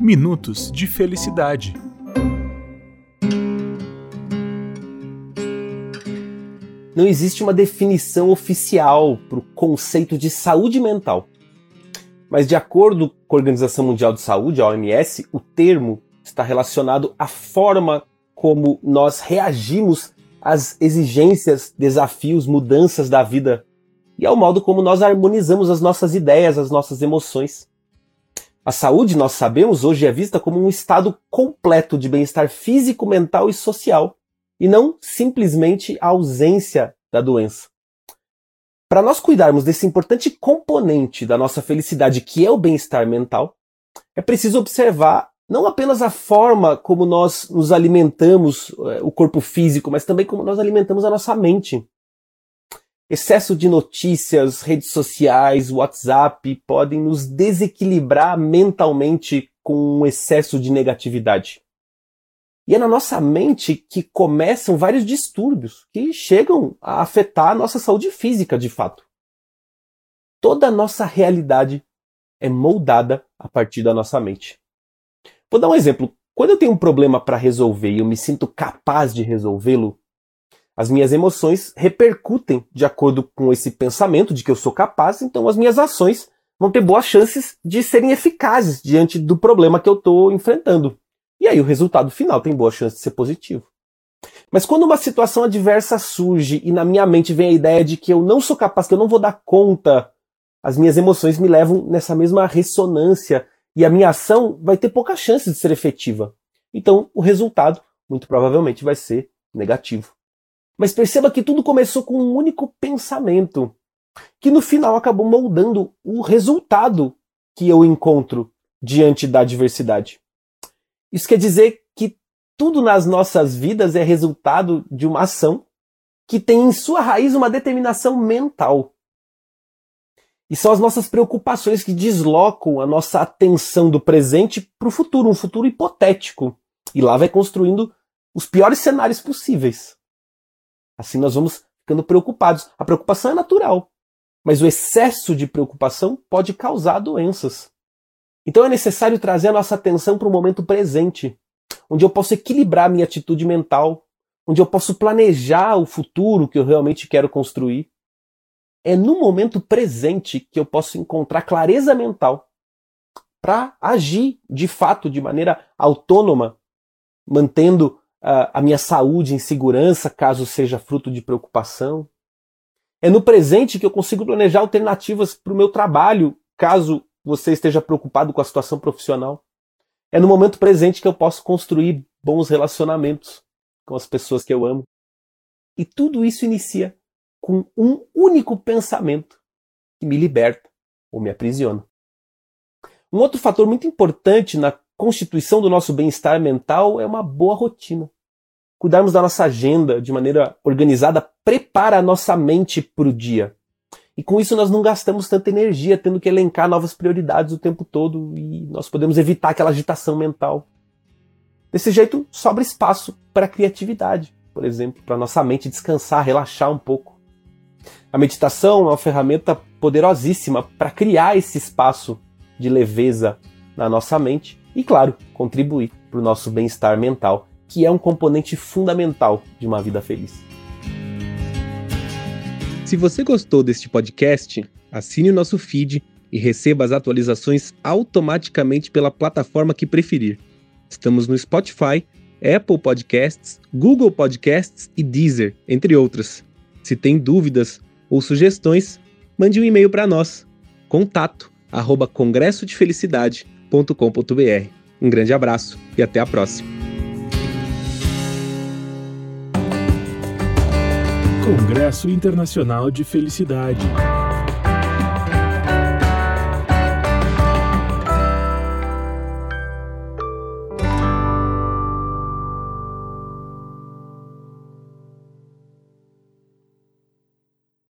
Minutos de Felicidade. Não existe uma definição oficial para o conceito de saúde mental. Mas, de acordo com a Organização Mundial de Saúde, a OMS, o termo está relacionado à forma como nós reagimos às exigências, desafios, mudanças da vida e ao modo como nós harmonizamos as nossas ideias, as nossas emoções. A saúde, nós sabemos, hoje é vista como um estado completo de bem-estar físico, mental e social, e não simplesmente a ausência da doença. Para nós cuidarmos desse importante componente da nossa felicidade, que é o bem-estar mental, é preciso observar não apenas a forma como nós nos alimentamos, o corpo físico, mas também como nós alimentamos a nossa mente. Excesso de notícias, redes sociais, WhatsApp podem nos desequilibrar mentalmente com um excesso de negatividade. E é na nossa mente que começam vários distúrbios que chegam a afetar a nossa saúde física, de fato. Toda a nossa realidade é moldada a partir da nossa mente. Vou dar um exemplo. Quando eu tenho um problema para resolver e eu me sinto capaz de resolvê-lo, as minhas emoções repercutem de acordo com esse pensamento de que eu sou capaz, então as minhas ações vão ter boas chances de serem eficazes diante do problema que eu estou enfrentando. E aí o resultado final tem boa chance de ser positivo. Mas quando uma situação adversa surge e na minha mente vem a ideia de que eu não sou capaz, que eu não vou dar conta, as minhas emoções me levam nessa mesma ressonância e a minha ação vai ter pouca chance de ser efetiva. Então o resultado, muito provavelmente, vai ser negativo. Mas perceba que tudo começou com um único pensamento, que no final acabou moldando o resultado que eu encontro diante da adversidade. Isso quer dizer que tudo nas nossas vidas é resultado de uma ação que tem em sua raiz uma determinação mental. E são as nossas preocupações que deslocam a nossa atenção do presente para o futuro, um futuro hipotético. E lá vai construindo os piores cenários possíveis. Assim nós vamos ficando preocupados. A preocupação é natural, mas o excesso de preocupação pode causar doenças. Então é necessário trazer a nossa atenção para o momento presente, onde eu posso equilibrar a minha atitude mental, onde eu posso planejar o futuro que eu realmente quero construir. É no momento presente que eu posso encontrar clareza mental para agir, de fato, de maneira autônoma, mantendo a minha saúde em segurança, caso seja fruto de preocupação. É no presente que eu consigo planejar alternativas para o meu trabalho, caso você esteja preocupado com a situação profissional. É no momento presente que eu posso construir bons relacionamentos com as pessoas que eu amo. E tudo isso inicia com um único pensamento que me liberta ou me aprisiona. Um outro fator muito importante na constituição do nosso bem-estar mental é uma boa rotina. Cuidarmos da nossa agenda de maneira organizada prepara a nossa mente para o dia. E com isso nós não gastamos tanta energia tendo que elencar novas prioridades o tempo todo e nós podemos evitar aquela agitação mental. Desse jeito, sobra espaço para a criatividade, por exemplo, para a nossa mente descansar, relaxar um pouco. A meditação é uma ferramenta poderosíssima para criar esse espaço de leveza na nossa mente e, claro, contribuir para o nosso bem-estar mental, que é um componente fundamental de uma vida feliz. Se você gostou deste podcast, assine o nosso feed e receba as atualizações automaticamente pela plataforma que preferir. Estamos no Spotify, Apple Podcasts, Google Podcasts e Deezer, entre outras. Se tem dúvidas ou sugestões, mande um e-mail para nós, contato@congressodefelicidade.com.br. Um grande abraço e até a próxima. Congresso Internacional de Felicidade.